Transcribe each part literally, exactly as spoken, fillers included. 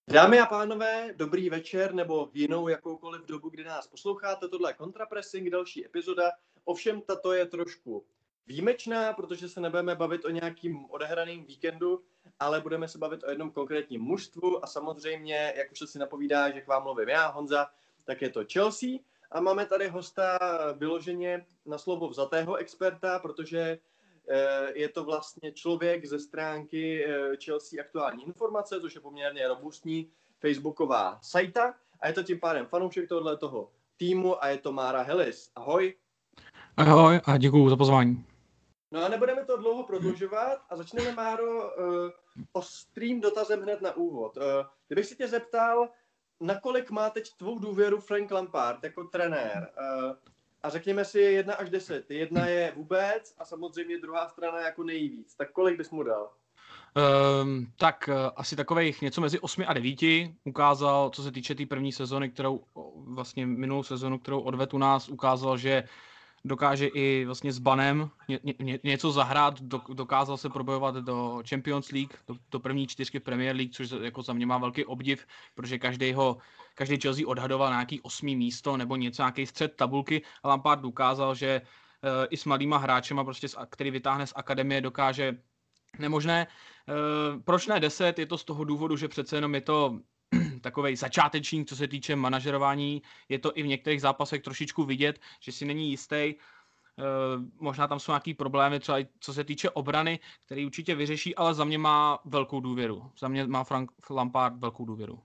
Dámy a pánové, dobrý večer nebo jinou jakoukoliv dobu, kdy nás posloucháte. Tohle je Kontrapressing, další epizoda. Ovšem tato je trošku výjimečná, protože se nebudeme bavit o nějakým odehraným víkendu, ale budeme se bavit o jednom konkrétním mužstvu a samozřejmě, jak už se si napovídá, že k vám mluvím já, Honza, tak je to Chelsea. A máme tady hosta vyloženě na slovo vzatého experta, protože je to vlastně člověk ze stránky Chelsea Aktuální informace, což je poměrně robustní facebooková sajta a je to tím pádem fanoušek tohoto toho týmu a je to Mára Hellis. Ahoj. Ahoj a děkuju za pozvání. No a nebudeme to dlouho prodlužovat a začneme, Máro, uh, ostrým dotazem hned na úvod. Uh, kdybych si tě zeptal, nakolik má teď tvou důvěru Frank Lampard jako trenér? Uh, A řekněme si jedna až deset. Jedna je vůbec a samozřejmě druhá strana jako nejvíc. Tak kolik bys mu dal? Um, tak uh, asi takových něco mezi osmi a devíti ukázal, co se týče té tý první sezony, kterou vlastně minulou sezonu, kterou odvedl u nás, ukázal, že dokáže i vlastně s banem ně, ně, něco zahrát, do, dokázal se probojovat do Champions League, do, do první čtyřky Premier League, což jako za mě má velký obdiv, protože každýho, každý Chelsea odhadoval nějaký osmý místo nebo něco, nějaký střed tabulky a Lampard ukázal, že uh, i s mladýma hráčema, prostě, který vytáhne z akademie, dokáže nemožné. Uh, proč ne deset? Je to z toho důvodu, že přece jenom je to takovej začátečník, co se týče manažerování. Je to i v některých zápasech trošičku vidět, že si není jistý. Uh, možná tam jsou nějaký problémy, třeba i co se týče obrany, který určitě vyřeší, ale za mě má velkou důvěru. Za mě má Frank Lampard velkou důvěru.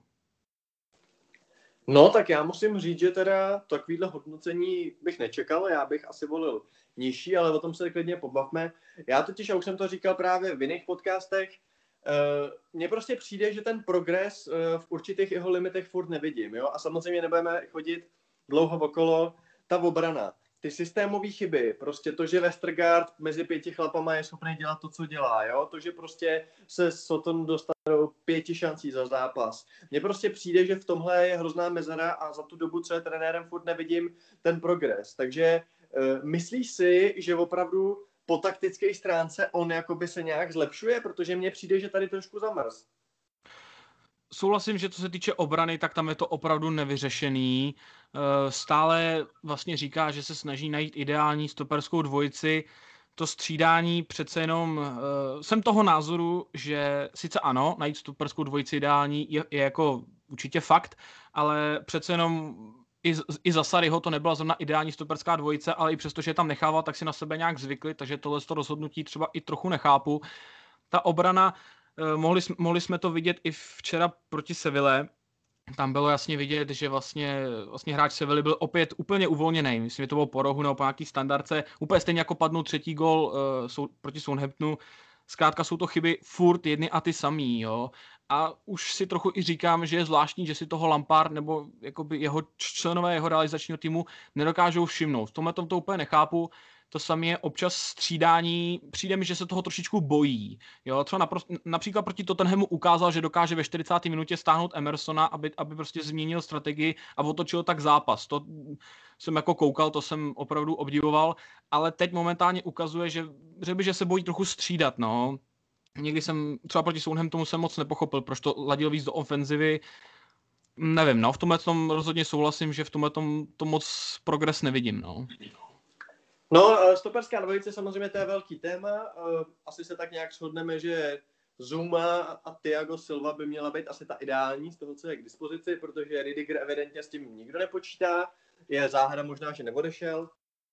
No, tak já musím říct, že teda takovýhle hodnocení bych nečekal, já bych asi volil nižší, ale o tom se klidně pobavme. Já totiž, já už jsem to říkal právě v jiných podcastech, mně uh, prostě přijde, že ten progres uh, v určitých jeho limitech furt nevidím, jo? A samozřejmě nebudeme chodit dlouho okolo. Ta obrana, ty systémové chyby, prostě to, že Westergaard mezi pěti chlapama je schopný dělat to, co dělá, jo? To, že prostě se Soton dostane do pěti šancí za zápas. Mně prostě přijde, že v tomhle je hrozná mezera a za tu dobu, co je trenérem, furt nevidím ten progres. Takže uh, myslíš si, že opravdu po taktické stránce on jakoby se nějak zlepšuje, protože mně přijde, že tady trošku zamrz. Souhlasím, že co se týče obrany, tak tam je to opravdu nevyřešený. Stále vlastně říká, že se snaží najít ideální stoperskou dvojici. To střídání přece jenom... Jsem toho názoru, že sice ano, najít stoperskou dvojici ideální je, je jako určitě fakt, ale přece jenom i, i za Sarriho to nebyla zrovna ideální stoperská dvojice, ale i přesto, že je tam nechával, tak si na sebe nějak zvykli, takže tohle to rozhodnutí třeba i trochu nechápu. Ta obrana, mohli, mohli jsme to vidět i včera proti Seville, tam bylo jasně vidět, že vlastně, vlastně hráč Sevilly byl opět úplně uvolněný. Myslím, že to bylo po rohu nebo po nějaký standardce. Úplně stejně jako padnul třetí gol uh, sou, proti Southamptonu. Zkrátka jsou to chyby furt jedny a ty samý, jo. A už si trochu i říkám, že je zvláštní, že si toho Lampard nebo jakoby jeho členové jeho realizačního týmu nedokážou všimnout. V tomhle tom to úplně nechápu. To samé je občas střídání, přijde mi, že se toho trošičku bojí. Jo, třeba napr- například proti Tottenhamu ukázal, že dokáže ve čtyřicáté minutě stáhnout Emersona, aby, aby prostě změnil strategii a otočil tak zápas. To jsem jako koukal, to jsem opravdu obdivoval, ale teď momentálně ukazuje, že, že, že se bojí trochu střídat, no. Někdy jsem, třeba proti Southamptonu jsem moc nepochopil, proč to ladil víc do ofenzivy. Nevím, no, v tomhle tom rozhodně souhlasím, že v tomhle tom to moc progres nevidím, no. No, stoperská dvojice samozřejmě to je velký téma. Asi se tak nějak shodneme, že Zuma a Thiago Silva by měla být asi ta ideální z toho, co je k dispozici, protože Ridiger evidentně s tím nikdo nepočítá. Je záhada možná, že neodešel.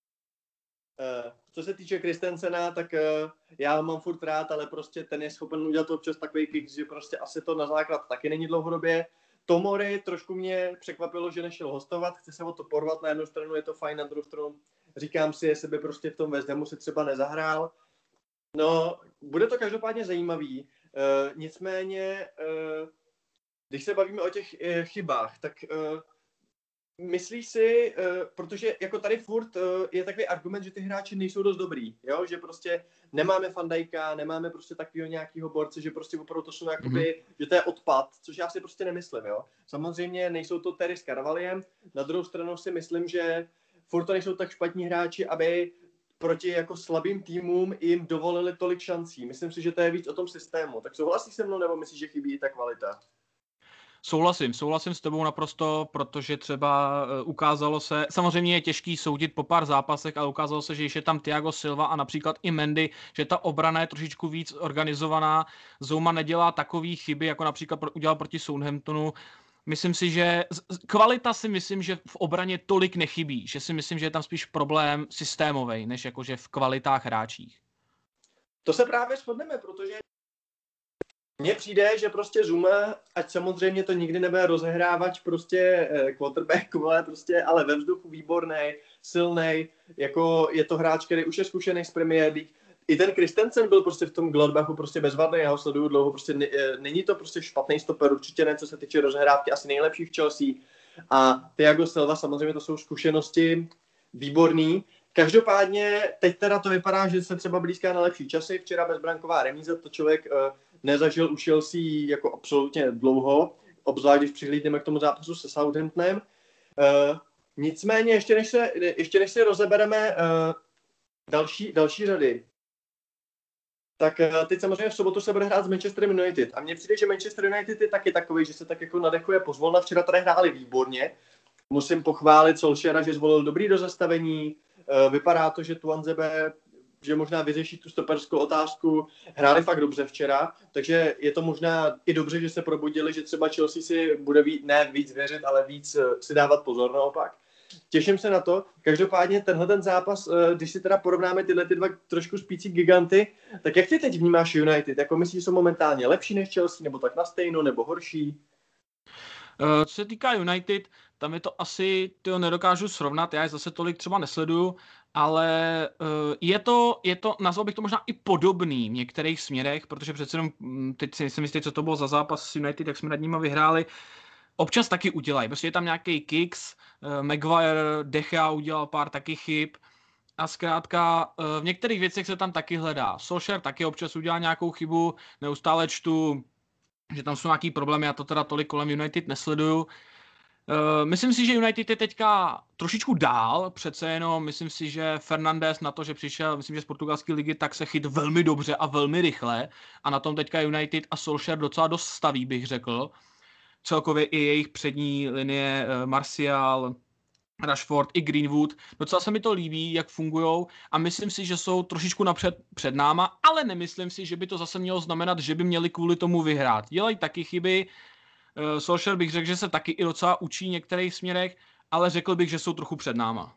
Co se týče Christensena, tak já mám furt rád, ale prostě ten je schopen udělat občas takový kick, že prostě asi to na základ taky není dlouhodobě. Tomori trošku mě překvapilo, že nešel hostovat, chce se o to porvat, na jednu stranu je to fajn, na druhou stranu říkám si, jestli by prostě v tom West Hamu si třeba nezahrál. No, bude to každopádně zajímavý, uh, nicméně, uh, když se bavíme o těch uh, chybách, tak uh, myslíš si, uh, protože jako tady furt uh, je takový argument, že ty hráči nejsou dost dobrý, jo? Že prostě nemáme Van Dijka, nemáme prostě takového nějakého borce, že prostě opravdu to jsou jakoby, mm-hmm. že to je odpad, což já si prostě nemyslím, jo. Samozřejmě nejsou to Terry s Carvalhem, na druhou stranu si myslím, že furt to nejsou tak špatní hráči, aby proti jako slabým týmům jim dovolili tolik šancí. Myslím si, že to je víc o tom systému. Tak souhlasíš se mnou, nebo myslíš, že chybí i ta kvalita? Souhlasím, souhlasím s tebou naprosto, protože třeba uh, ukázalo se, samozřejmě je těžký soudit po pár zápasech, ale ukázalo se, že když je tam Thiago Silva a například i Mendy, že ta obrana je trošičku víc organizovaná, Zouma nedělá takové chyby, jako například udělal proti Southamptonu. Myslím si, že kvalita si myslím, že v obraně tolik nechybí, že si myslím, že je tam spíš problém systémový, než jakože v kvalitách hráčích. To se právě shodneme, protože mně přijde, že prostě Zouma, ať samozřejmě to nikdy nebude rozehrávač prostě quarterback, ale prostě, ale ve vzduchu výborný, silný, jako je to hráč, který už je zkušený z Premier League. I ten Christensen byl prostě v tom Gladbachu prostě bezvadný, já ho sleduju dlouho, prostě n- není to prostě špatný stoper, určitě ne, co se týče rozehrávky, asi nejlepší v Chelsea. A Thiago Silva, samozřejmě to jsou zkušenosti výborný. Každopádně teď teda to vypadá, že se třeba blízká na lepší časy. Včera bezbranková remíza, to člověk uh, nezažil u Chelsea jako absolutně dlouho, obzvlášť když přihlídneme k tomu zápasu se Southamptonem. Uh, nicméně ještě než se, ještě než se rozebereme uh, další, další řady, tak teď samozřejmě v sobotu se bude hrát s Manchesterem United. A mně přijde, že Manchester United je taky takový, že se tak jako nadechuje pozvolna. Včera tady hráli výborně. Musím pochválit Solskjaera, že zvolil dobrý rozestavení. Vypadá to, že Tuanzebe, že možná vyřeší tu stoperskou otázku. Hráli fakt dobře včera, takže je to možná i dobře, že se probudili, že třeba Chelsea si bude víc, ne víc věřit, ale víc si dávat pozor naopak. Těším se na to. Každopádně tenhle ten zápas, když si teda porovnáme tyhle ty dva trošku spící giganty, tak jak ty teď vnímáš United? Jako myslíš, že jsou momentálně lepší než Chelsea, nebo tak na stejno, nebo horší? Co se týká United, tam je to asi, tyho nedokážu srovnat, já je zase tolik třeba nesleduju, ale je to, je to, nazval bych to možná i podobný v některých směrech, protože přece jenom, teď si nejsem jistý, co to bylo za zápas s United, jak jsme nad nimi vyhráli, občas taky udělají. Prostě je tam nějaký kicks, uh, Maguire, De Gea udělal pár taky chyb a zkrátka uh, v některých věcech se tam taky hledá. Solskjaer taky občas udělá nějakou chybu, neustále čtu, že tam jsou nějaký problémy, já to teda tolik kolem United nesleduju. Uh, myslím si, že United je teďka trošičku dál, přece jenom myslím si, že Fernandes na to, že přišel, myslím, že z portugalské ligy, tak se chyt velmi dobře a velmi rychle a na tom teďka United a Solskjaer docela dost staví, bych řekl. Celkově i jejich přední linie Martial, Rashford i Greenwood. Docela se mi to líbí, jak fungujou a myslím si, že jsou trošičku napřed před náma, ale nemyslím si, že by to zase mělo znamenat, že by měli kvůli tomu vyhrát. Dělají taky chyby. Solskjaer bych řekl, že se taky i docela učí v některých směrech, ale řekl bych, že jsou trochu před náma.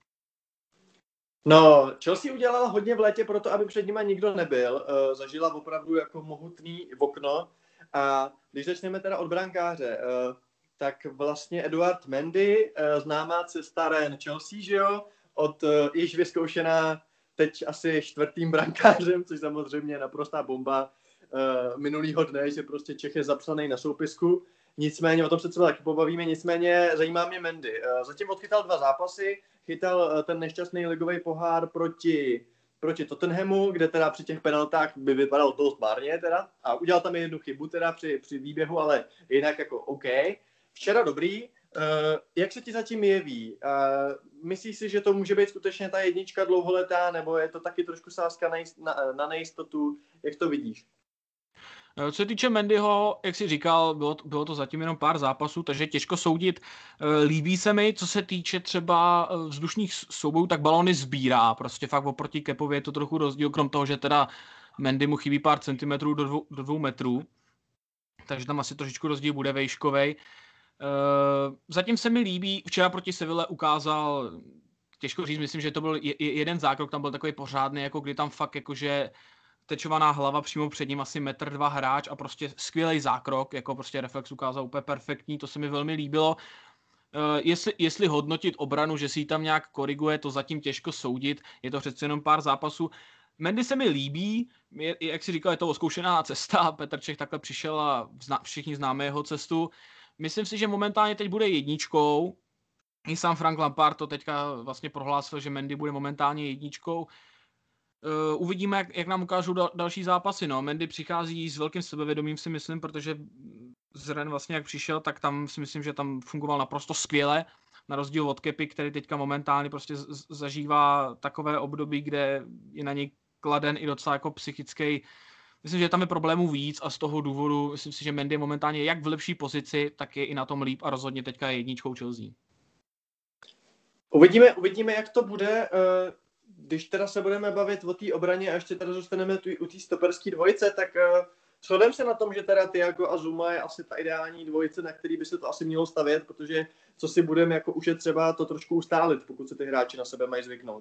No, Chelsea udělala hodně v létě pro to, aby před nima nikdo nebyl. Zažila opravdu jako mohutný okno. A když začneme teda od brankáře, tak vlastně Eduard Mendy, známá cesta Ryan Chelsea, že jo, od již vyzkoušená teď asi čtvrtým brankářem, což samozřejmě je naprostá bomba minulýho dne, že prostě Čech je zapsaný na soupisku. Nicméně, o tom se třeba taky pobavíme, nicméně zajímá mě Mendy. Zatím odchytal dva zápasy, chytal ten nešťastný ligový pohár proti proti Tottenhamu, kde teda při těch penaltách by vypadal dost marně teda a udělal tam jednu chybu teda při, při výběhu, ale jinak jako OK. Včera dobrý. Uh, jak se ti zatím jeví? Uh, myslíš si, že to může být skutečně ta jednička dlouholetá, nebo je to taky trošku sázka na, na, na nejistotu? Jak to vidíš? Co se týče Mendyho, jak jsi říkal, bylo, bylo to zatím jenom pár zápasů, takže těžko soudit. Líbí se mi, co se týče třeba vzdušných soubojů, tak balony sbírá. Prostě fakt oproti Kepovi je to trochu rozdíl, krom toho, že teda Mendy mu chybí pár centimetrů do dvou, do dvou metrů. Takže tam asi trošičku rozdíl bude vejškovej. Zatím se mi líbí, včera proti Seville ukázal, těžko říct, myslím, že to byl jeden zákrok, tam byl takový pořádný, jako kdy tam fakt jakože tečovaná hlava přímo před ním, asi metr dva hráč a prostě skvělý zákrok, jako prostě reflex ukázal úplně perfektní, to se mi velmi líbilo. Uh, jestli, jestli hodnotit obranu, že si ji tam nějak koriguje, to zatím těžko soudit, je to přece jenom pár zápasů. Mendy se mi líbí, je, jak si říkal, je to oskoušená cesta, Petr Čech takhle přišel a zna, všichni známe jeho cestu. Myslím si, že momentálně teď bude jedničkou, i sám Frank Lampard to teďka vlastně prohlásil, že Mendy bude momentálně jedničkou. Uh, uvidíme, jak, jak nám ukážou dal, další zápasy. No. Mendy přichází s velkým sebevědomím, si myslím, protože z Rennes vlastně jak přišel, tak tam si myslím, že tam fungoval naprosto skvěle, na rozdíl od Kepy, který teďka momentálně prostě z, zažívá takové období, kde je na něj kladen i docela jako psychický, myslím, že tam je problémů víc a z toho důvodu myslím si, že Mendy je momentálně jak v lepší pozici, tak je i na tom líp a rozhodně teďka je jedničkou Chelsea. Uvidíme, uvidíme, jak to bude, když teda se budeme bavit o té obraně a ještě teda zůstaneme tu, u té stoperské dvojice, tak shodem se na tom, že teda Thiago a Zouma je asi ta ideální dvojice, na který by se to asi mělo stavět, protože co si budeme, jako už je třeba to trošku ustálit, pokud se ty hráči na sebe mají zvyknout.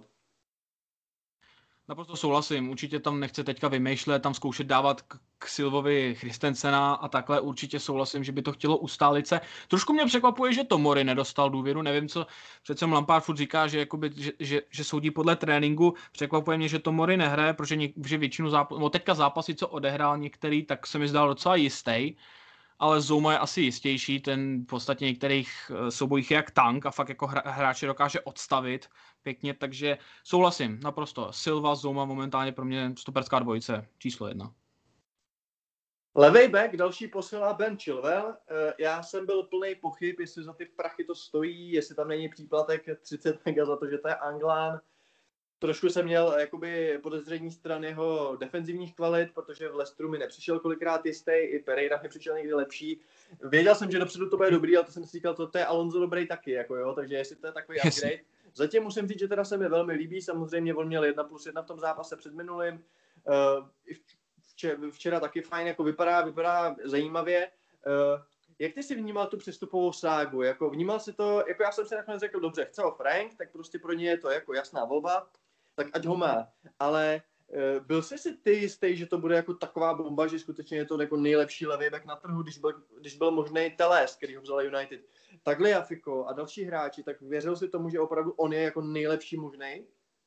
Naprosto souhlasím, určitě tam nechce teďka vymýšlet, tam zkoušet dávat k, k Silvovi Christensena a takhle určitě souhlasím, že by to chtělo ustálit se. Trošku mě překvapuje, že Tomori nedostal důvěru, nevím co, přece Lampard furt říká, že, jakoby, že, že, že soudí podle tréninku, překvapuje mě, že Tomori nehraje, protože, něk, že většinu zápasů, no teďka zápasy, co odehrál některý, tak se mi zdál docela jistý, ale Zouma je asi jistější, ten v podstatě některých soubojích je jak tank a fakt jako hra, hráče dokáže odstavit pěkně, takže souhlasím, naprosto. Silva, Zouma momentálně pro mě stoperská dvojice, číslo jedna. Levej back, další posila Ben Chilwell. Já jsem byl plný pochyb, jestli za ty prachy to stojí, jestli tam není příplatek třicet mega za to, že to je Anglán. Trošku jsem měl jakoby podezření stran jeho defenzivních kvalit, protože v Leicesteru mi nepřišel kolikrát jistý, i Pereira mi přišel někdy lepší. Věděl jsem, že dopředu to bude dobrý, ale to jsem si říkal, to, to je Alonso dobrý taky, jako jo, takže jestli to je takový yes. upgrade. Zatím musím říct, že teda se mi velmi líbí, samozřejmě on měl jedna plus jedna v tom zápase před minulým. Uh, včera, včera taky fajn, jako vypadá, vypadá zajímavě. Uh, jak ty si vnímal tu přestupovou ságu? Jako vnímal si to, jako já jsem si nakonec řekl, dobře, chce ho Frank, tak prostě pro ně je to jako jasná volba, tak ať ho má. Ale uh, byl jsi si ty jistý, že to bude jako taková bomba, že skutečně je to jako nejlepší levý back na trhu, když byl, když byl možný Teles, který ho vzala United. Takhle Jafiko a další hráči, tak věřil si tomu, že opravdu on je jako nejlepší možný?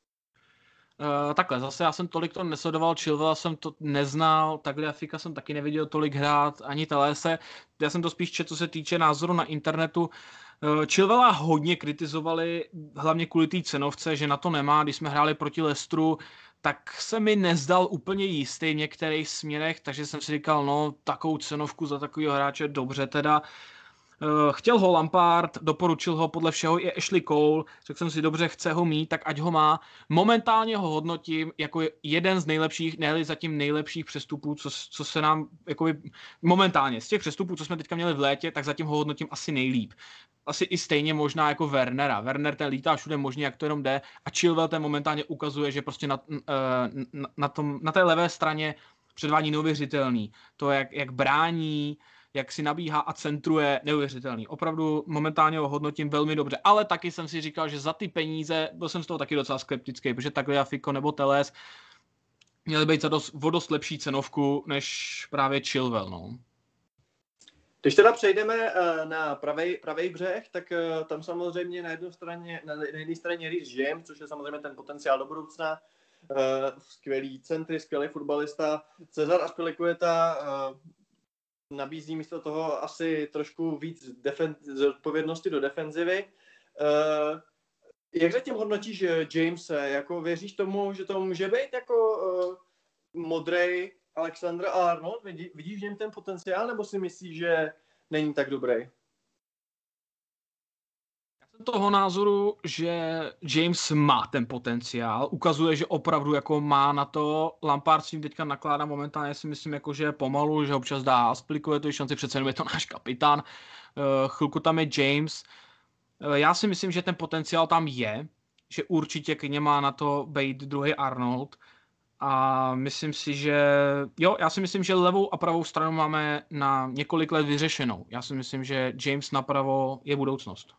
Uh, takhle, zase já jsem tolik to nesledoval, Chilwella jsem to neznal, takhle Jafika jsem taky neviděl tolik hrát, ani Telese. Já jsem to spíš četl, co se týče názoru na internetu. Uh, Chilwella hodně kritizovali, hlavně kvůli té cenovce, že na to nemá, když jsme hráli proti Leicesteru, tak se mi nezdal úplně jistý v některých směrech, takže jsem si říkal, no takovou cenovku za takového hráče dobře teda. Chtěl ho Lampard, doporučil ho podle všeho i Ashley Cole, řekl jsem si, dobře, chce ho mít, tak ať ho má. Momentálně ho hodnotím jako jeden z nejlepších, ne zatím nejlepších přestupů, co, co se nám, jakoby, momentálně, z těch přestupů, co jsme teďka měli v létě, tak zatím ho hodnotím asi nejlíp. Asi i stejně možná jako Wernera. Werner ten lítá všude možně, jak to jenom jde, a Chilwell ten momentálně ukazuje, že prostě na, na, na, tom, na té levé straně předvádí neuvěřitelný. To, jak, jak brání, jak si nabíhá a centruje, neuvěřitelný. Opravdu momentálně ho hodnotím velmi dobře, ale taky jsem si říkal, že za ty peníze, byl jsem z toho taky docela skeptický, protože takhle Fiko nebo Teles měli být za dost, o dost lepší cenovku než právě Chilwell, no. Když teda přejdeme na pravej, pravej břeh, tak tam samozřejmě na jedné straně, na jedné straně Reece James, což je samozřejmě ten potenciál do budoucna, skvělý centry, skvělý fotbalista, Cezar Azpilicueta nabízí místo toho asi trošku víc defen- zodpovědnosti do defenzivy. Uh, jak zatím hodnotíš Jamese? Jako věříš tomu, že to může být jako uh, modrej Alexander Arnold? Vidí, vidíš v něm ten potenciál, nebo si myslíš, že není tak dobrý? Toho názoru, že James má ten potenciál, ukazuje, že opravdu jako má na to. Lampard s ním teďka nakládá momentálně, si myslím, jako, že je pomalu, že občas dá Azpilicueta tu šanci, přece jenom je to náš kapitán. Chvilku tam je James. Já si myslím, že ten potenciál tam je, že určitě k něm má na to být druhý Arnold. A myslím si, že jo, já si myslím, že levou a pravou stranu máme na několik let vyřešenou. Já si myslím, že James napravo je budoucnost.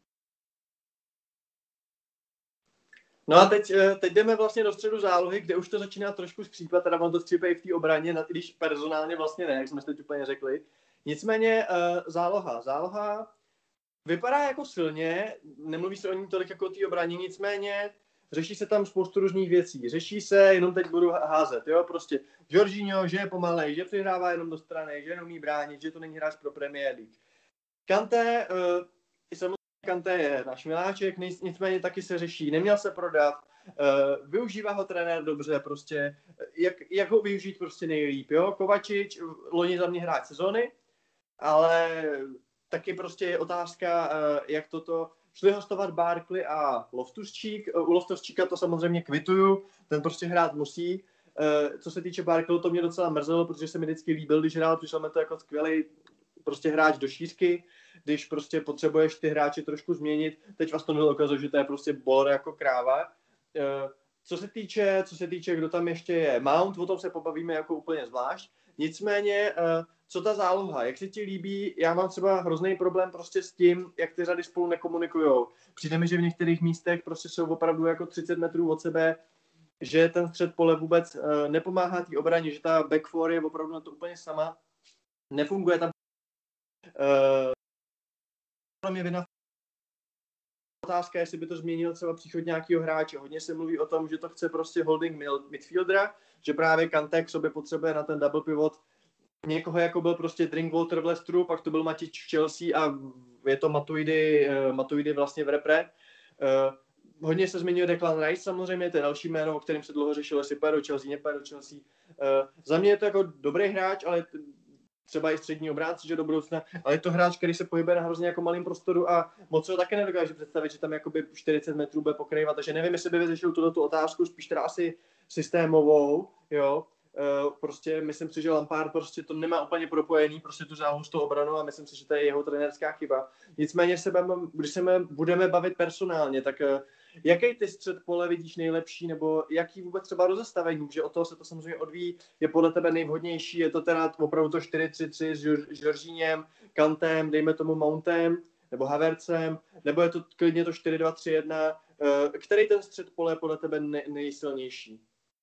No a teď, teď jdeme vlastně do středu zálohy, kde už to začíná trošku skřípat, teda vám to skřípe i v té obraně, když personálně vlastně ne, jak jsme si teď úplně řekli. Nicméně záloha. Záloha vypadá jako silně, nemluví se o ní tolik jako o té obraně, nicméně řeší se tam spoustu různých věcí. Řeší se, jenom teď budu házet, jo, prostě Jorginho, že je pomalej, že přihrává jenom do strany, že neumí bránit, že to není hráč pro Premier League. Kanté, uh, samozřejmě Kanté je náš miláček, nicméně taky se řeší, neměl se prodat, uh, využívá ho trenér dobře, prostě, jak, jak ho využít prostě nejlíp, jo. Kovačič, loni za mě hráč sezony, ale taky prostě je otázka, uh, jak toto. Šli hostovat Barkley a Loftus-Cheek. U Loftus-Cheeka to samozřejmě kvituju, ten prostě hrát musí. Uh, co se týče Barkley, to mě docela mrzelo, protože se mi vždycky líbil, když hrál, přišel mi to jako skvělý prostě hráč do šířky, když prostě potřebuješ ty hráče trošku změnit. Teď vás to ukazuje, že to je prostě bor jako kráva. Uh, co se týče, co se týče, kdo tam ještě je, Mount, o tom se pobavíme jako úplně zvlášť. Nicméně, uh, co ta záloha, jak se ti líbí, já mám třeba hrozný problém prostě s tím, jak ty řady spolu nekomunikujou. Přijde mi, že v některých místech prostě jsou opravdu jako třicet metrů od sebe, že ten střed pole vůbec uh, nepomáhá té obraně, že ta back four je opravdu na to úplně sama. Nefunguje tam. Uh, je vina. Otázka, jestli by to změnil třeba příchod nějakého hráče. Hodně se mluví o tom, že to chce prostě holding midfieldera, že právě Kanté k sobě potřebuje na ten double pivot někoho, jako byl prostě Drinkwater v Leicesteru, pak to byl Matič v Chelsea a je to Matuidi, uh, Matuidi vlastně v repre. Uh, hodně se zmiňuje Declan Rice samozřejmě, to je další jméno, o kterém se dlouho řešilo, jestli půjde do Chelsea, nepůjde do Chelsea. Uh, za mě je to jako dobrý hráč, ale t- třeba i střední obránce, že do budoucna, ale je to hráč, který se pohybuje na hrozně jako malým prostoru a moc ho také nedokáže představit, že tam jakoby čtyřicet metrů bude pokrývat, takže nevím, jestli by vyřešil tuto otázku, spíš teda asi systémovou, jo. Uh, prostě myslím si, že Lampard prostě to nemá úplně propojený, prostě tu zálohu s tou obranou a myslím si, že to je jeho trenérská chyba. Nicméně se budeme, když se budeme bavit personálně, tak uh, jaký ty střed pole vidíš nejlepší, nebo jaký vůbec třeba rozestavení, že od toho se to samozřejmě odvíjí, je podle tebe nejvhodnější, je to teda opravdu to čtyři tři tři s Jorginhem, Kantem, dejme tomu Mountem, nebo Havertzem, nebo je to klidně to čtyři dva tři jedna, uh, který ten střed pole je podle tebe nej, nejsilnější?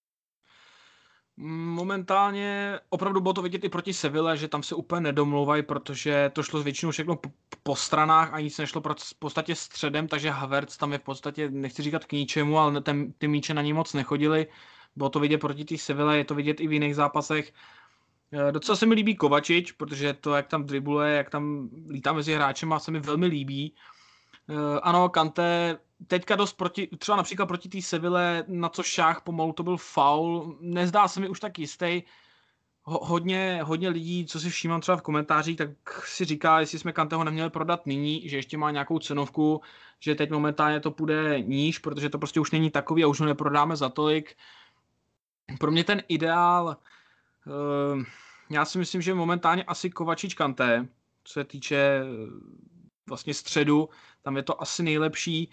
Momentálně opravdu bylo to vidět i proti Seville, že tam se úplně nedomlouvají, protože to šlo většinou všechno po, po stranách a nic nešlo v podstatě středem, takže Havertz tam je v podstatě, nechci říkat k ničemu, ale ten, ty míče na ní moc nechodily. Bylo to vidět proti té Seville, je to vidět i v jiných zápasech. Docela se mi líbí Kovačič, protože to, jak tam dribuluje, jak tam lítá mezi hráčema, se mi velmi líbí. Ano, Kanté teďka dost proti, třeba například proti té Seville, na co šách pomalu, to byl faul, nezdá se mi už tak jistý. Ho, hodně, hodně lidí, co si všímám třeba v komentářích, tak si říká, jestli jsme Kanteho neměli prodat nyní, že ještě má nějakou cenovku, že teď momentálně to půjde níž, protože to prostě už není takový a už ho neprodáme za tolik. Pro mě ten ideál, uh, já si myslím, že momentálně asi Kovačič Kanté, co se týče vlastně středu, tam je to asi nejlepší.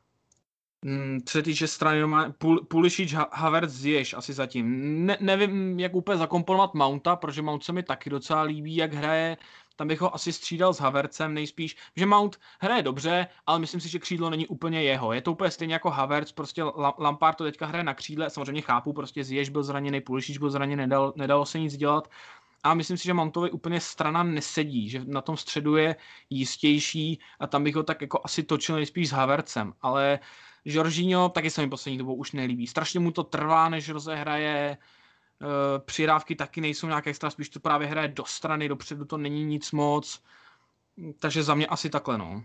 Co se týče strany, Pulisic, Havertz, Ziyech asi zatím. Ne, nevím, jak úplně zakomponovat Mounta, protože Mount se mi taky docela líbí, jak hraje. Tam bych ho asi střídal s Havertzem nejspíš, že Mount hraje dobře, ale myslím si, že křídlo není úplně jeho. Je to úplně stejně jako Havertz, prostě Lampard to teďka hraje na křídle, samozřejmě chápu, prostě Ziyech byl zraněný, Pulisic byl zraněný, nedal, nedalo se nic dělat. A myslím si, že Mountovi úplně strana nesedí, že na tom středu je jistější a tam bych ho tak jako asi točil nejspíš s Havertzem, ale Jorginho taky se mi poslední dobou už nelíbí. Strašně mu to trvá, než rozehraje, e, přidávky taky nejsou nějak extra, spíš to právě hraje do strany, dopředu to není nic moc, takže za mě asi takhle, no.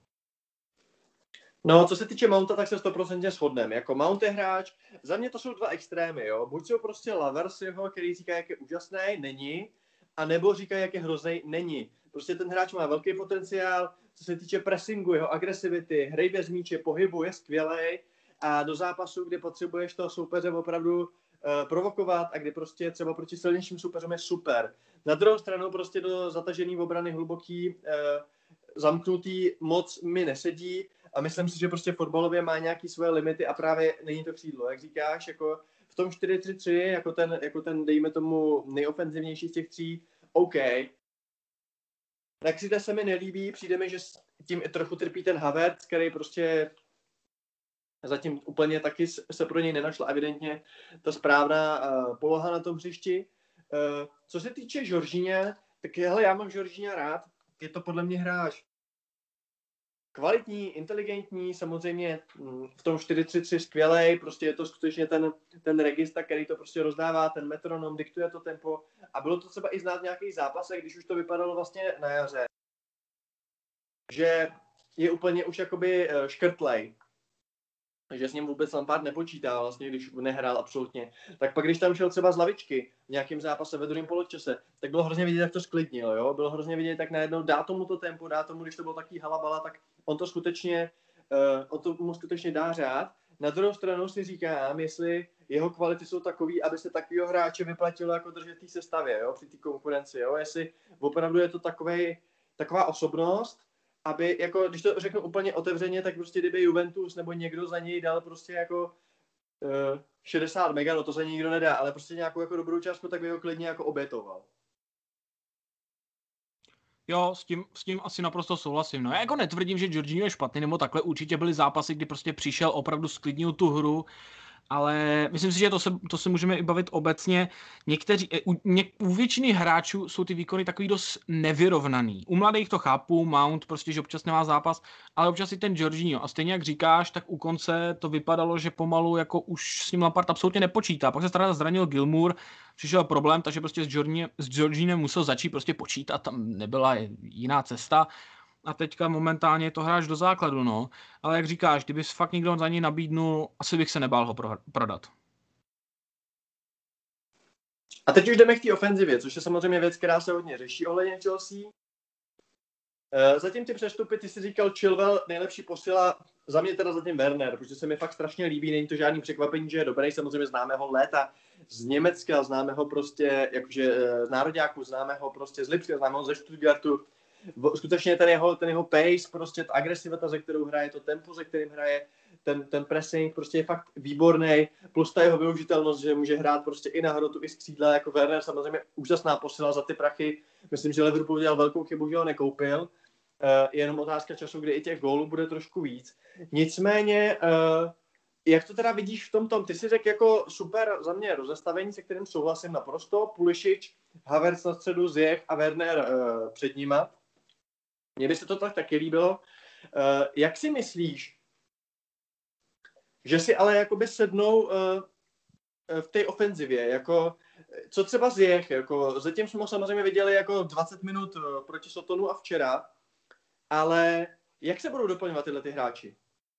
No, co se týče Mounta, tak se stoprocentně shodneme. Jako Mount je hráč, za mě to jsou dva extrémy, jo. Buď jsou prostě lovers jeho, který říká, jak je úžasný, není, a nebo říká, jak je hrozný, není. Prostě ten hráč má velký potenciál, co se týče pressingu, jeho agresivity, hry bez míče, pohybu, je skvělej a do zápasu, kdy potřebuješ toho soupeře opravdu uh, provokovat a kdy prostě třeba proti silnějším soupeřům je super. Na druhou stranu prostě do zatažený obrany hluboký, uh, zamknutý moc mi nesedí a myslím si, že prostě fotbalově má nějaký svoje limity a právě není to křídlo, jak říkáš, jako v tom čtyři tři tři, jako ten, jako ten dejme tomu nejofenzivnější z těch tří, OK. Na křídle se mi nelíbí, přijde mi, že tím trochu trpí ten Havertz, který prostě zatím úplně taky se pro něj nenašla evidentně ta správná uh, poloha na tom hřišti. Uh, co se týče Jorginha, tak hele, já mám Jorginha rád, je to podle mě hráč kvalitní, inteligentní, samozřejmě v tom čtyři tři tři skvělej, prostě je to skutečně ten, ten regista, který to prostě rozdává, ten metronom, diktuje to tempo a bylo to třeba i znát v nějakých zápasech, když už to vypadalo vlastně na jaře, že je úplně už jakoby škrtlej, že s ním vůbec Lampard nepočítá vlastně, když nehrál absolutně. Tak pak, když tam šel třeba z lavičky v nějakém zápase ve druhém poločase, tak bylo hrozně vidět, jak to sklidnil, jo? Bylo hrozně vidět, jak najednou dá tomu to tempo, dá tomu, když to bylo taký halabala, tak on to skutečně, uh, on to mu skutečně dá řád. Na druhou stranu si říkám, jestli jeho kvality jsou takový, aby se takovýho hráče vyplatilo jako držet té sestavě, jo, při té konkurenci, jo, jestli opravdu je to takovej, taková osobnost, aby, jako, když to řeknu úplně otevřeně, tak prostě kdyby Juventus nebo někdo za něj dal prostě jako uh, šedesát mega, no to za něj nikdo nedá, ale prostě nějakou jako dobrou částku, tak by ho klidně jako obětoval. Jo, s tím, s tím asi naprosto souhlasím. No já jako netvrdím, že Jorginho je špatný, nebo takhle určitě byly zápasy, kdy prostě přišel, opravdu sklidnil tu hru, ale myslím si, že to se, to se můžeme i bavit obecně. Někteří, u, něk, u většiny hráčů jsou ty výkony takový dost nevyrovnaný. U mladých to chápu, Mount prostě, že občas nemá zápas, ale občas i ten Jorginho. A stejně jak říkáš, tak u konce to vypadalo, že pomalu jako už s ním Lampard absolutně nepočítá. Pak se teda zranil Gilmour, přišel problém, takže prostě s, Jorginho, s Jorginhem musel začít prostě počítat, tam nebyla jiná cesta. A teďka momentálně to hráš do základu, no. Ale jak říkáš, kdyby fakt někdo za něj nabídnul, asi bych se nebál ho pro, prodat. A teď už jdeme k té ofenzivě, což je samozřejmě věc, která se hodně řeší ohledně Chelsea. E, zatím ty přestupy, ty jsi říkal Chilwell, nejlepší posila, za mě teda zatím Werner, protože se mi fakt strašně líbí, není to žádný překvapení, že je dobrý, samozřejmě známe ho léta z Německa, známe ho prostě jakože z nároďáků, známe ho prostě z Lipska, známe ho ze Stuttgartu. Skutečně ten jeho, ten jeho pace, prostě ta agresivita, ze kterou hraje, to tempo, ze kterým hraje, ten, ten pressing, prostě je fakt výborný, plus ta jeho využitelnost, že může hrát prostě i na hrotu, i z křídla, jako Werner, samozřejmě úžasná posila za ty prachy. Myslím, že Liverpool udělal velkou chybu, že ho nekoupil. Uh, je jenom otázka času, kdy i těch gólů bude trošku víc. Nicméně, uh, jak to teda vidíš v tom tom? Ty si řekl jako super za mě rozestavení, se kterým souhlasím naprosto. Pulisic, Havertz na středu, Ziyech a Werner uh, před nima. Mně by se to tak taky líbilo. Uh, jak si myslíš, že si ale jakoby sednou uh, v té ofenzivě, jako, co třeba Ziyech, jako, zatím jsme ho samozřejmě viděli jako dvacet minut uh, proti Sotonu a včera, ale jak se budou doplňovat tyhle ty hráči?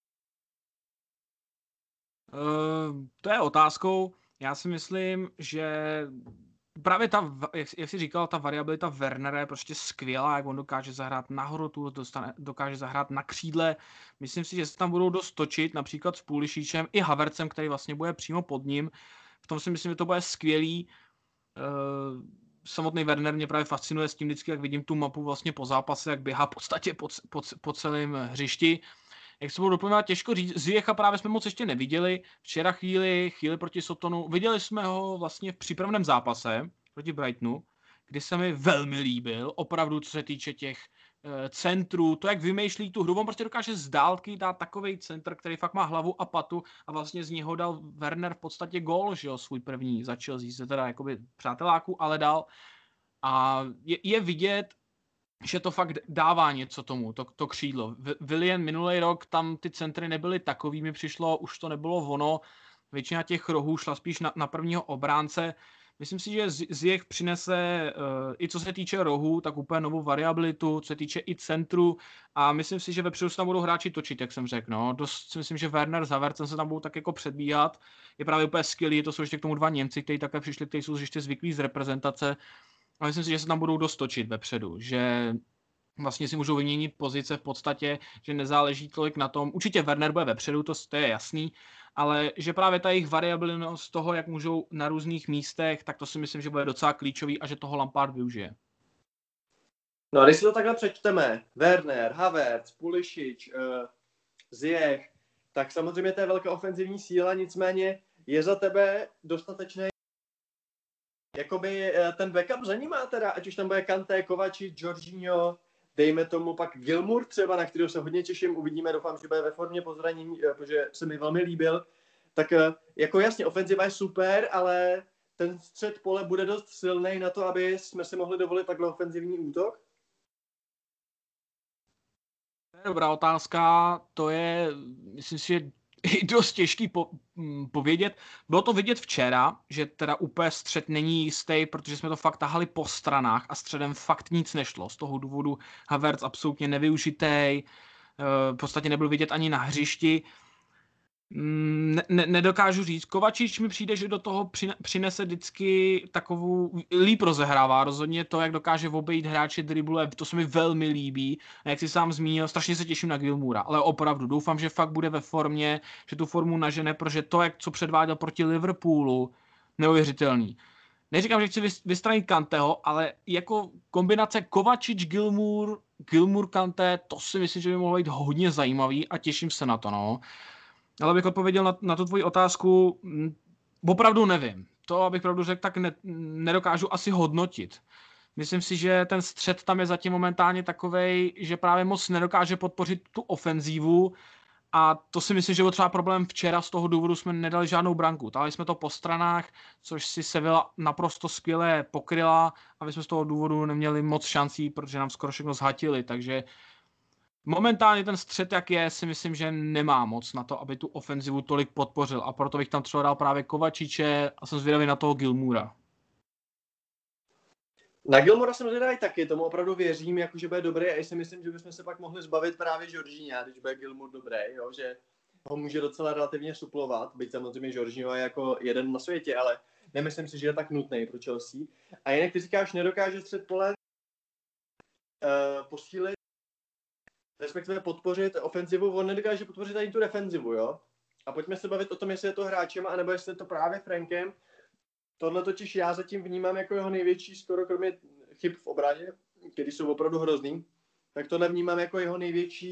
Uh, to je otázkou. Já si myslím, že právě ta, jak, jak jsi říkal, ta variabilita Wernera je prostě skvělá, jak on dokáže zahrát na hrotu, dostane, dokáže zahrát na křídle. Myslím si, že se tam budou dost točit, například s Pulisičem i Havertzem, který vlastně bude přímo pod ním. V tom si myslím, že to bude skvělý. Uh, samotný Werner mě právě fascinuje s tím vždycky, jak vidím tu mapu vlastně po zápase, jak běhá v podstatě po, po, po celém hřišti. Jak se budou doplňovat, těžko říct. Ziyecha právě jsme moc ještě neviděli. Včera chvíli, chvíli proti Sotonu. Viděli jsme ho vlastně v přípravném zápase proti Brightonu, kdy se mi velmi líbil. Opravdu, co se týče těch e, centrů, to, jak vymýšlí tu hru. On prostě dokáže z dálky dát takovej centr, který fakt má hlavu a patu a vlastně z něho dal Werner v podstatě gól, že jo, svůj první. Začal získat teda jakoby přáteláku, ale dal. A je, je vidět, že to fakt dává něco tomu, to, to křídlo. Willian minulý rok, tam ty centry nebyly takový, mi přišlo, už to nebylo ono. Většina těch rohů šla spíš na, na prvního obránce. Myslím si, že Ziyech přinese, uh, i co se týče rohů, tak úplně novou variabilitu, co se týče i centru. A myslím si, že vepředu se tam budou hráči točit, jak jsem řekl. No. Dost si myslím, že Werner s Havertzem se tam budou tak jako předbíhat. Je právě úplně skvělý, to jsou ještě k tomu dva Němci, kteří také přišli, kteří jsou ještě zvyklí z reprezentace. A myslím si, že se tam budou dost točit vepředu, že vlastně si můžou vyměnit pozice v podstatě, že nezáleží tolik na tom. Určitě Werner bude vepředu, to, to je jasný, ale že právě ta jejich variabilinost toho, jak můžou na různých místech, tak to si myslím, že bude docela klíčový a že toho Lampard využije. No a když si to takhle přečteme, Werner, Havertz, Pulisic, uh, Ziyech, tak samozřejmě to je velká ofenzivní síla, nicméně je za tebe dostatečný jakoby ten backup za ním má teda, ať už tam bude Kanté, Kovačič, Jorginho, dejme tomu pak Gilmour třeba, na kterého se hodně těším, uvidíme, doufám, že bude ve formě po zranění, protože se mi velmi líbil. Tak jako jasně, ofenziva je super, ale ten střed pole bude dost silný na to, aby jsme si mohli dovolit takhle ofenzivní útok? To je dobrá otázka, to je, myslím si, že dost těžký po, povědět. Bylo to vidět včera, že teda úplně střed není jistý, protože jsme to fakt tahali po stranách a středem fakt nic nešlo. Z toho důvodu Havertz absolutně nevyužitý, v podstatě nebyl vidět ani na hřišti. Ne, ne, nedokážu říct. Kovačič mi přijde, že do toho přinese vždycky takovou, líp rozehrává rozhodně to, jak dokáže obejít hráče, dribluje, to se mi velmi líbí. A jak jsi sám zmínil, strašně se těším na Gilmoura, ale opravdu doufám, že fakt bude ve formě, že tu formu nažene, protože to, jak co předváděl proti Liverpoolu, neuvěřitelný. Neříkám, že chci vystranit Kanteho, ale jako kombinace Kovačič, Gilmour, Gilmour, Kante, to si myslím, že by mohlo být hodně zajímavý a těším se na to, no. Ale abych odpověděl na, na tu tvoji otázku, m, opravdu nevím. To, abych pravdu řekl, tak ne, nedokážu asi hodnotit. Myslím si, že ten střed tam je zatím momentálně takovej, že právě moc nedokáže podpořit tu ofenzívu a to si myslím, že byl třeba problém včera, z toho důvodu jsme nedali žádnou branku. Dali jsme to po stranách, což si Sevilla naprosto skvěle pokryla a my jsme z toho důvodu neměli moc šancí, protože nám skoro všechno zhatili, takže momentálně ten střed, jak je, si myslím, že nemá moc na to, aby tu ofenzivu tolik podpořil a proto bych tam třeba dal právě Kovačiče a jsem zvědavý na toho Gilmoura. Na Gilmoura jsem zvědavý taky, tomu opravdu věřím, jako, že bude dobrý a si myslím, že bychom se pak mohli zbavit právě Jorginha, když bude Gilmour dobrý, jo, že ho může docela relativně suplovat, byť samozřejmě Jorginho je jako jeden na světě, ale nemyslím si, že je tak nutný pro Chelsea. A jinak ty říkáš, nedokáže střed pole uh, posílit, respektive podpořit ofenzivu, on nedokáže podpořit ani tu defenzivu, jo? A pojďme se bavit o tom, jestli je to hráčem, anebo jestli je to právě Frankem. Tohle totiž já zatím vnímám jako jeho největší, skoro kromě chyb v obraně, které jsou opravdu hrozný, tak tohle vnímám jako jeho největší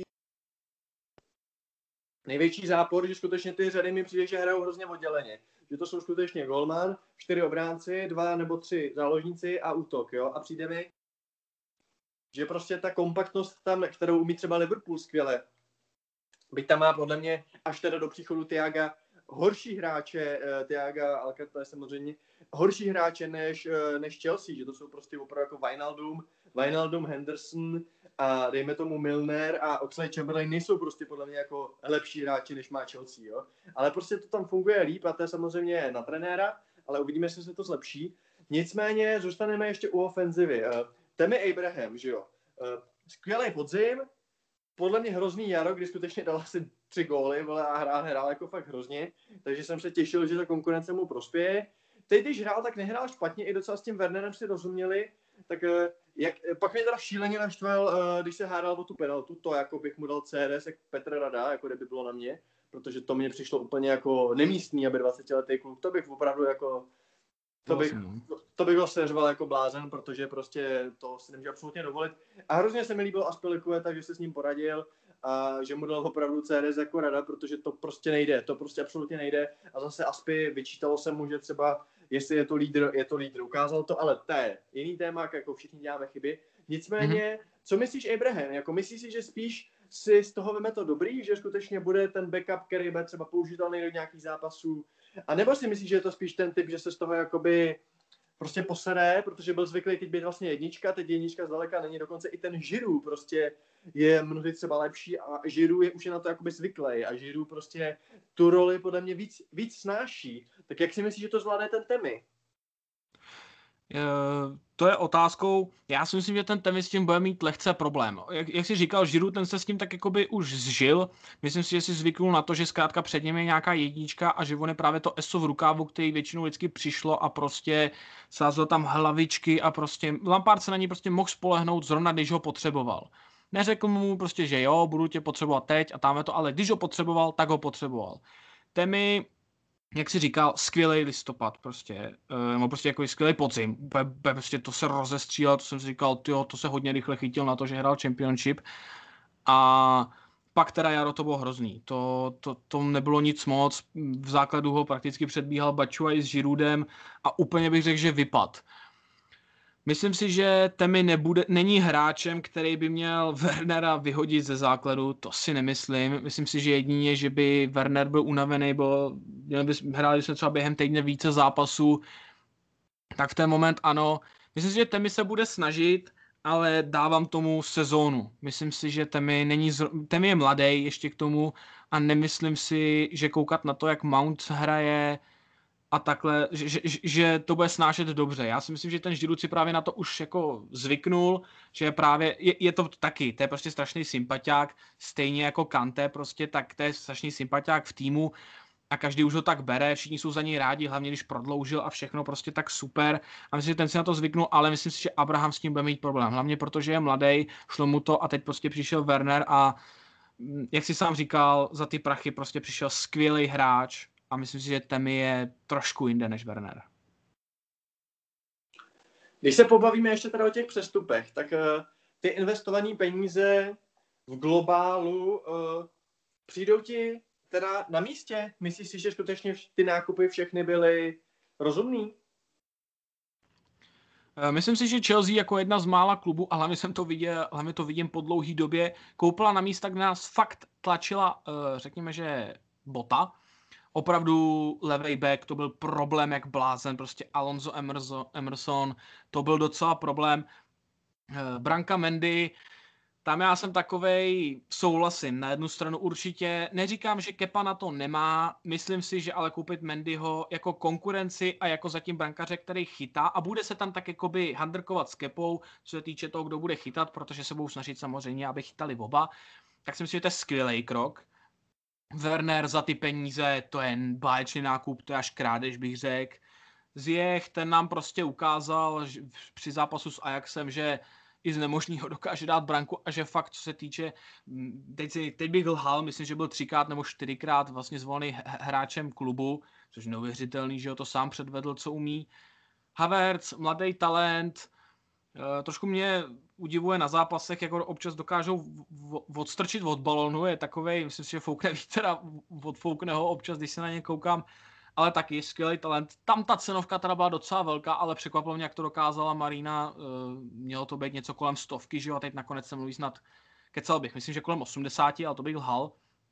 největší zápor, že skutečně ty řady mi přijde, že hrajou hrozně odděleně. Že to jsou skutečně golman, čtyři obránci, dva nebo tři záložníci a útok, jo? A přijde mi, že prostě ta kompaktnost tam, kterou umí třeba Liverpool skvěle, byť tam má podle mě až teda do příchodu Thiaga horší hráče, Thiaga, Alcantara samozřejmě, horší hráče než, než Chelsea, že to jsou prostě opravdu jako Wijnaldum, Wijnaldum, Henderson a dejme tomu Milner a Oxlade-Chamberlain nejsou prostě podle mě jako lepší hráči, než má Chelsea, jo. Ale prostě to tam funguje líp a to je samozřejmě na trenéra, ale uvidíme, jestli se to zlepší. Nicméně zůstaneme ještě u ofenzivy. Tammy Abraham, že jo. Skvělý podzim, podle mě hrozný jaro, kdy skutečně dal asi tři góly, vole, a hrál, hrál jako fakt hrozně, takže jsem se těšil, že ta konkurence mu prospěje. Teď, když hrál, tak nehrál špatně, i docela s tím Wernerem si rozuměli, tak jak, pak mě teda šíleně naštval, když se hádal o tu penaltu, to jako bych mu dal C R S, jak Petr Rada, jako kdyby bylo na mě, protože to mně přišlo úplně jako nemístný, aby dvacetiletý kluk, to bych opravdu jako To bych, to bych ho seřval jako blázen, protože prostě to si nemůže absolutně dovolit. A hrozně se mi líbil Azpilicueta, že se s ním poradil a že mu dal opravdu C R S jako rada, protože to prostě nejde, to prostě absolutně nejde. A zase Aspi, vyčítalo se mu, že třeba, jestli je to lídr, je to lídr, ukázal to, ale to je jiný téma, jako všichni děláme chyby. Nicméně, mm-hmm. co myslíš Abraham? Jako myslíš si, že spíš si z toho veme to dobrý, že skutečně bude ten backup, který bude třeba použitelný do nějakých zápasů? A nebo si myslíš, že je to spíš ten typ, že se z toho jakoby prostě posere, protože byl zvyklý teď být vlastně jednička, teď jednička zdaleka není, dokonce i ten Giroud prostě je mnohdy třeba lepší a Giroud je už je na to jakoby zvyklý a Giroud prostě tu roli podle mě víc, víc snáší. Tak jak si myslíš, že to zvládne ten Tammy? Uh, to je otázkou. Já si myslím, že ten Tammy s tím bude mít lehce problém. Jak, jak jsi říkal, Giroud, ten se s tím tak jakoby už zžil. Myslím si, že si zvyknul na to, že zkrátka před ním je nějaká jednička a že on je právě to eso v rukávu, který většinou vždycky přišlo a prostě sázel tam hlavičky a prostě Lampard se na něj prostě mohl spolehnout zrovna, když ho potřeboval. Neřekl mu prostě, že jo, budu tě potřebovat teď a tamhle to, ale když ho potřeboval, tak ho potřeboval. Tammy, jak jsi říkal, skvělý listopad prostě, no prostě jako skvělý podzim, be, be, prostě to se rozestřílel, to jsem si říkal, tyjo, to se hodně rychle chytil na to, že hrál Championship a pak teda jaro to bylo hrozný, to, to, to nebylo nic moc, v základu ho prakticky předbíhal Batshuayi s Giroudem a úplně bych řekl, že vypad. Myslím si, že Tammy nebude, není hráčem, který by měl Wernera vyhodit ze základu, to si nemyslím. Myslím si, že jedině, že by Werner byl unavený, byl, hráli jsme třeba během týdne více zápasů, tak v ten moment ano. Myslím si, že Tammy se bude snažit, ale dávám tomu sezónu. Myslím si, že Tammy, není zro... Tammy je mladý ještě k tomu a nemyslím si, že koukat na to, jak Mount hraje, a takhle, že, že, že to bude snášet dobře. Já si myslím, že ten Giroud si právě na to už jako zvyknul, že právě, je, je to taky, to je prostě strašný sympatiák, stejně jako Kanté prostě, tak to je strašný sympatiák v týmu a každý už ho tak bere, všichni jsou za něj rádi, hlavně když prodloužil a všechno prostě tak super a myslím, že ten si na to zvyknul, ale myslím si, že Abraham s tím bude mít problém, hlavně protože je mladý, šlo mu to a teď prostě přišel Werner a jak si sám říkal, za ty prachy prostě přišel skvělý hráč a myslím si, že Temi je trošku jinde než Werner. Když se pobavíme ještě teda o těch přestupech, tak uh, ty investované peníze v globálu uh, přijdou ti teda na místě? Myslíš si, že skutečně ty nákupy všechny byly rozumný? Myslím si, že Chelsea jako jedna z mála klubů, a hlavně jsem to viděl, hlavně to vidím po dlouhý době, koupila na místa, kde nás fakt tlačila, řekněme, že bota. Opravdu levej back, to byl problém jak blázen, prostě Alonso Emerson, to byl docela problém. Branka Mendy, tam já jsem takovej, souhlasím, na jednu stranu určitě, neříkám, že Kepa na to nemá, myslím si, že ale koupit Mendyho jako konkurenci a jako zatím brankaře, který chytá a bude se tam tak jakoby handrkovat s Kepou, co se týče toho, kdo bude chytat, protože se budou snažit samozřejmě, aby chytali oba, tak si myslím, že to je skvělý krok. Werner za ty peníze, to je báječný nákup, to je až krádež, bych řekl. Ziyech, ten nám prostě ukázal že při zápasu s Ajaxem, že i z nemožného dokáže dát branku a že fakt, co se týče, teď, si, teď bych lhal, myslím, že byl třikrát nebo čtyřikrát vlastně zvolený hráčem klubu, což je neuvěřitelný, že ho to sám předvedl, co umí. Havertz, mladý talent, trošku mě udivuje na zápasech, jako občas dokážou odstrčit od balonu, je takovej, myslím si, že foukne vítr a odfoukne ho občas, když se na ně koukám, ale taky skvělý talent. Tam ta cenovka teda byla docela velká, ale překvapilo mě, jak to dokázala Marina. Mělo to být něco kolem stovky, že jo, a teď nakonec se mluví snad, kecal bych, myslím, že kolem osmdesáti, ale to bych lhal.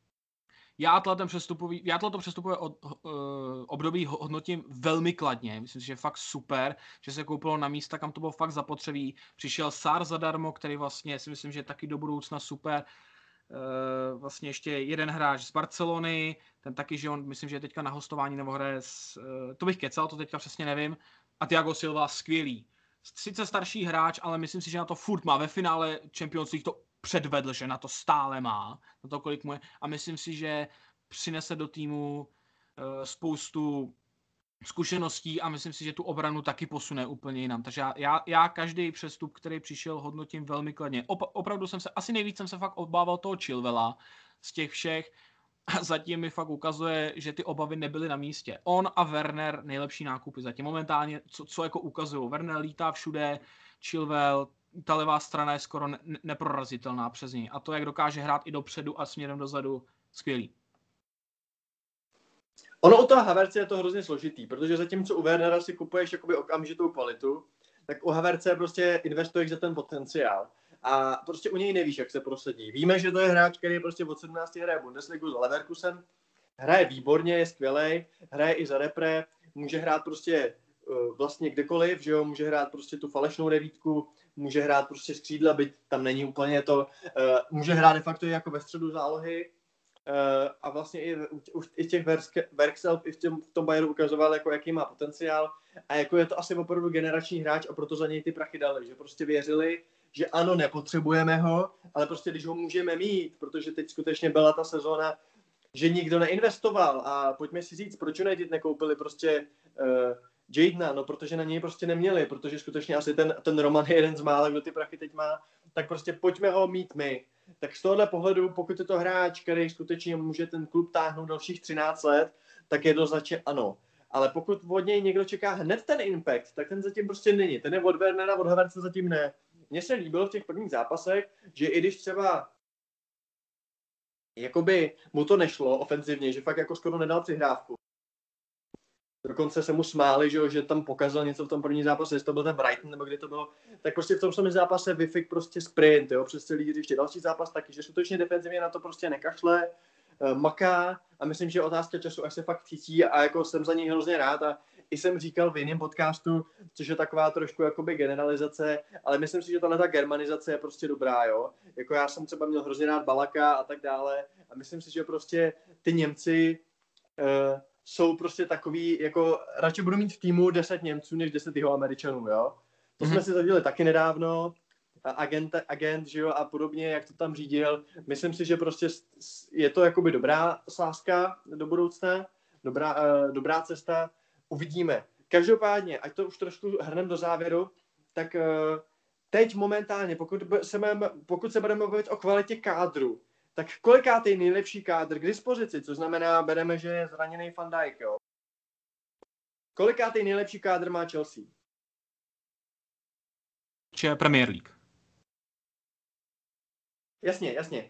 Já tohle přestupový, já tohleto přestupové od, uh, období hodnotím velmi kladně. Myslím si, že je fakt super, že se koupilo na místa, kam to bylo fakt zapotřebí. Přišel Sár zadarmo, který vlastně si myslím, že je taky do budoucna super. Uh, vlastně ještě jeden hráč z Barcelony, ten taky, že on, myslím, že je teďka na hostování nebo hraje s, uh, to bych kecal, to teďka přesně nevím. A Thiago Silva skvělý. Sice starší hráč, ale myslím si, že na to furt má. Ve finále Champions League to předvedl, že na to stále má, na to, kolik mu je. A myslím si, že přinese do týmu uh, spoustu zkušeností a myslím si, že tu obranu taky posune úplně jinam. Takže já, já, já každý přestup, který přišel, hodnotím velmi kladně. Op- opravdu jsem se, asi nejvíc jsem se fakt obával toho Chilwella z těch všech a zatím mi fakt ukazuje, že ty obavy nebyly na místě. On a Werner nejlepší nákupy zatím. Momentálně, co, co jako ukazují. Werner lítá všude, Chilwell, ta levá strana je skoro ne- neprorazitelná přes něj. A to, jak dokáže hrát i dopředu a směrem dozadu, skvělý. Ono u toho Havertze je to hrozně složitý, protože zatímco u Wernera si kupuješ jakoby okamžitou kvalitu, tak u Havertze prostě investuješ za ten potenciál. A prostě u něj nevíš, jak se prosadí. Víme, že to je hráč, který prostě od sedmnácti hraje Bundesligu za Leverkusen, hraje výborně, je skvělej, hraje i za repre, může hrát prostě uh, vlastně kdekoliv, že jo, může hrát prostě tu falešnou devítku, může hrát prostě z křídla, byť tam není úplně to, uh, může hrát de facto i jako ve středu zálohy. Uh, a vlastně i, už i v těch Werkself i v, těm, v tom Bayernu ukazoval, jako, jaký má potenciál a jako je to asi opravdu generační hráč a proto za něj ty prachy dali, že prostě věřili, že ano, nepotřebujeme ho, ale prostě když ho můžeme mít, protože teď skutečně byla ta sezóna, že nikdo neinvestoval a pojďme si říct, proč United nekoupili prostě uh, Jadena, no protože na něj prostě neměli, protože skutečně asi ten, ten Roman je jeden z mála, kdo ty prachy teď má, tak prostě pojďme ho mít my. Tak z tohohle pohledu, pokud je to hráč, který skutečně může ten klub táhnout dalších třináct let, tak jednoznačně ano. Ale pokud od něj někdo čeká hned ten impact, tak ten zatím prostě není. Ten je od Wernera, od Havertze zatím ne. Mně se líbilo v těch prvních zápasech, že i když třeba jakoby mu to nešlo ofenzivně, že fakt jako skoro nedal přihrávku. Dokonce se mu smáli, že, že tam pokazal něco v tom první zápase, jestli to byl ten Brighton, nebo kdy to bylo, tak prostě v tom samém zápase vyfik prostě sprint, jo, přes celý hřiště. Další zápas taky, že skutečně defenzivně na to prostě nekašle, maká a myslím, že otázka času, až se fakt chytí a jako jsem za něj hrozně rád a i jsem říkal v jiném podcastu, což je taková trošku jakoby generalizace, ale myslím si, že tahle ta germanizace je prostě dobrá, jo. Jako já jsem třeba měl hrozně rád Balaka a tak dále a myslím si, že prostě ty Němci uh, jsou prostě takový, jako radši budu mít v týmu deset Němců, než deset jeho Američanů, jo. To mm-hmm. jsme si zažili taky nedávno, agent, agent, že jo, a podobně, jak to tam řídil. Myslím si, že prostě je to jakoby dobrá sázka do budoucna, dobrá, uh, dobrá cesta, uvidíme. Každopádně, ať to už trošku hrnem do závěru, tak uh, teď momentálně, pokud se, budeme, pokud se budeme mluvit o kvalitě kádru, tak kolikátej nejlepší kádr k dispozici, což znamená, bereme, že je zraněný Van Dijk, jo. Kolikátej nejlepší kádr má Chelsea? Či Premier League. Jasně, jasně.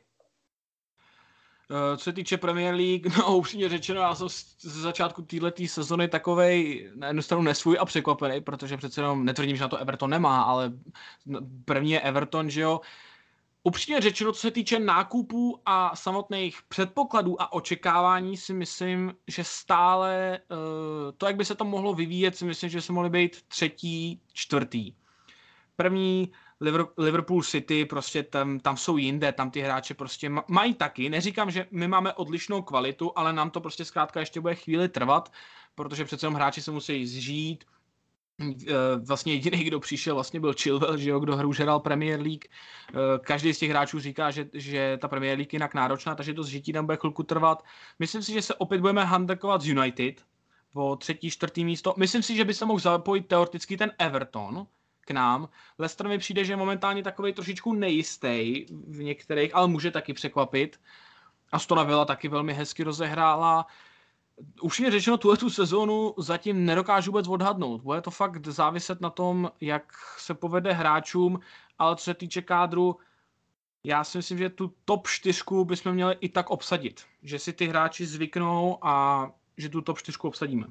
Co se týče Premier League, no upřímně řečeno, já jsem ze začátku této sezony takovej na jednu stranu nesvůj a překvapený, protože přece jenom netvrdím, že na to Everton nemá, ale první je Everton, že jo. Upřímně řečeno, co se týče nákupů a samotných předpokladů a očekávání, si myslím, že stále to, jak by se to mohlo vyvíjet, si myslím, že se mohly být třetí, čtvrtý. První Liverpool City, prostě tam, tam jsou jinde, tam ty hráče prostě mají taky. Neříkám, že my máme odlišnou kvalitu, ale nám to prostě zkrátka ještě bude chvíli trvat, protože přece jenom hráči se musí zžít. Vlastně jediný, kdo přišel, vlastně byl Chilwell, že jo, kdo hru žeral Premier League. Každý z těch hráčů říká, že, že ta Premier League je jinak náročná, takže to zžití tam bude chvilku trvat. Myslím si, že se opět budeme handekovat z United o třetí, čtvrtý místo. Myslím si, že by se mohl zapojit teoreticky ten Everton k nám. Leicester mi přijde, že je momentálně takovej trošičku nejistý v některých, ale může taky překvapit. Astona Villa taky velmi hezky rozehrála. Upřímně řečeno, tuhletu sezónu zatím nedokážu vůbec odhadnout. Bude to fakt záviset na tom, jak se povede hráčům, ale co se týče kádru, já si myslím, že tu top čtyřku bychom měli i tak obsadit. Že si ty hráči zvyknou a že tu top čtyřku obsadíme.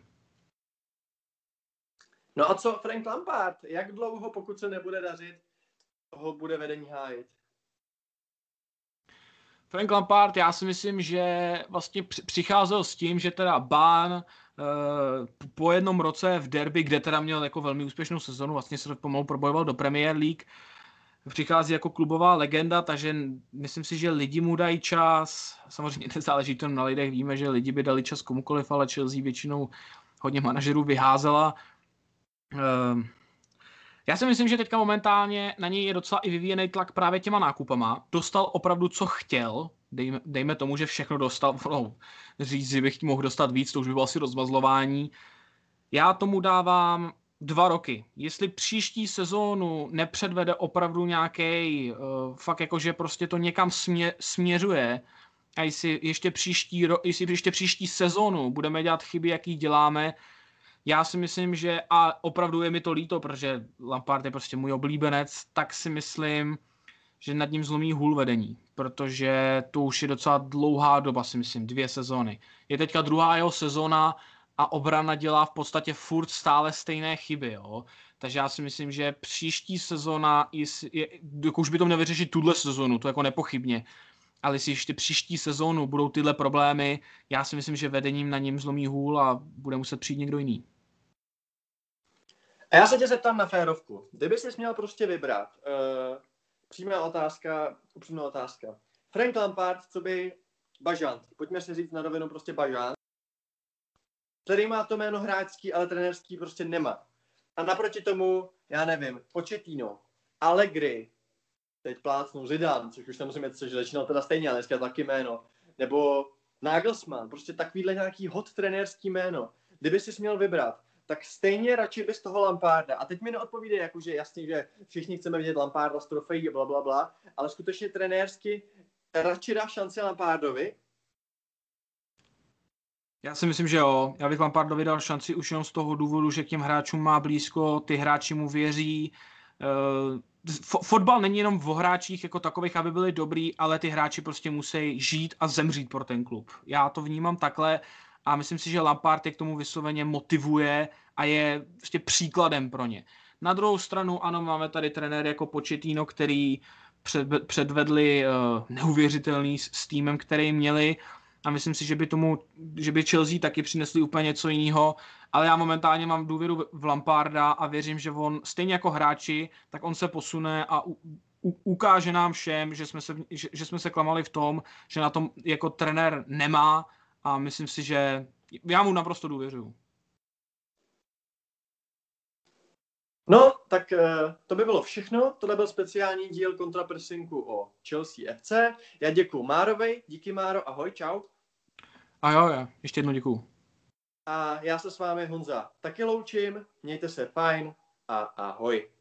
No a co Frank Lampard? Jak dlouho, pokud se nebude dařit, toho bude vedení hájit? Frank Lampard, já si myslím, že vlastně přicházel s tím, že teda Bán po jednom roce v derby, kde teda měl jako velmi úspěšnou sezonu, vlastně se pomalu probojoval do Premier League, přichází jako klubová legenda, takže myslím si, že lidi mu dají čas. Samozřejmě nezáleží to na lidech, víme, že lidi by dali čas komukoliv, ale Chelsea většinou hodně manažerů vyházela. Já si myslím, že teďka momentálně na něj je docela i vyvíjený tlak právě těma nákupama. Dostal opravdu, co chtěl. Dejme, dejme tomu, že všechno dostal. No, říct, že bych mohl dostat víc, to už by bylo asi rozmazlování. Já tomu dávám dva roky. Jestli příští sezónu nepředvede opravdu nějaký uh, fakt jako, že prostě to někam smě, směřuje a jestli ještě příští, ro, jestli ještě příští sezónu budeme dělat chyby, jaký děláme, já si myslím, že, a opravdu je mi to líto, protože Lampard je prostě můj oblíbenec, tak si myslím, že nad ním zlomí hůl vedení, protože to už je docela dlouhá doba, si myslím, dvě sezóny. Je teďka druhá jeho sezóna a obrana dělá v podstatě furt stále stejné chyby, jo. Takže já si myslím, že příští sezóna, je, jako už by to měl vyřešit tuhle sezónu, to jako nepochybně, ale jestli ještě příští sezónu budou tyhle problémy, já si myslím, že vedením na něm zlomí hůl a bude muset přijít někdo jiný. A já se tě zeptám na férovku. Kdyby jsi měl prostě vybrat, uh, přímá otázka, upřímná otázka. Frank Lampard, co by bažant. Pojďme si říct na rovinu prostě bažant. Který má to jméno hráčský, ale trenérský prostě nemá. A naproti tomu, já nevím, Pochettino, Allegri, teď plácnou Zidane, což už nemusím říct, že začínal teda stejně, ale dneska taky jméno. Nebo Nagelsmann, prostě takovýhle nějaký hot trenérský jméno. Kdyby jsi měl vybrat, tak stejně radši bys toho Lamparda. A teď mi neodpovídej, jakože jasně, že všichni chceme vidět Lamparda z trofejí, bla, bla, bla, ale skutečně trenérsky radši dá šanci Lampardovi? Já si myslím, že jo. Já bych Lampardovi dal šanci už jenom z toho důvodu, že k těm hráčům má blízko, ty hráči mu věří. Uh, fotbal není jenom o hráčích jako takových, aby byli dobrý, ale ty hráči prostě musí žít a zemřít pro ten klub. Já to vnímám takhle a myslím si, že Lampard je k tomu vysloveně motivuje a je prostě příkladem pro ně. Na druhou stranu, ano, máme tady trenéry jako Pochettino, který předvedli uh, neuvěřitelný s, s týmem, který měli, a myslím si, že by tomu, že by Chelsea taky přinesli úplně něco jiného, ale já momentálně mám důvěru v Lamparda a věřím, že on stejně jako hráči, tak on se posune a u, u, ukáže nám všem, že jsme, se, že, že jsme se klamali v tom, že na tom jako trenér nemá, a myslím si, že já mu naprosto důvěřuju. No, tak to by bylo všechno. Tohle byl speciální díl kontrapresinku o Chelsea F C. Já děkuju Márovi. Díky Máro, ahoj, čau. A jo, já ještě jednou děkuju. A já se s vámi, Honza, taky loučím. Mějte se fajn a ahoj.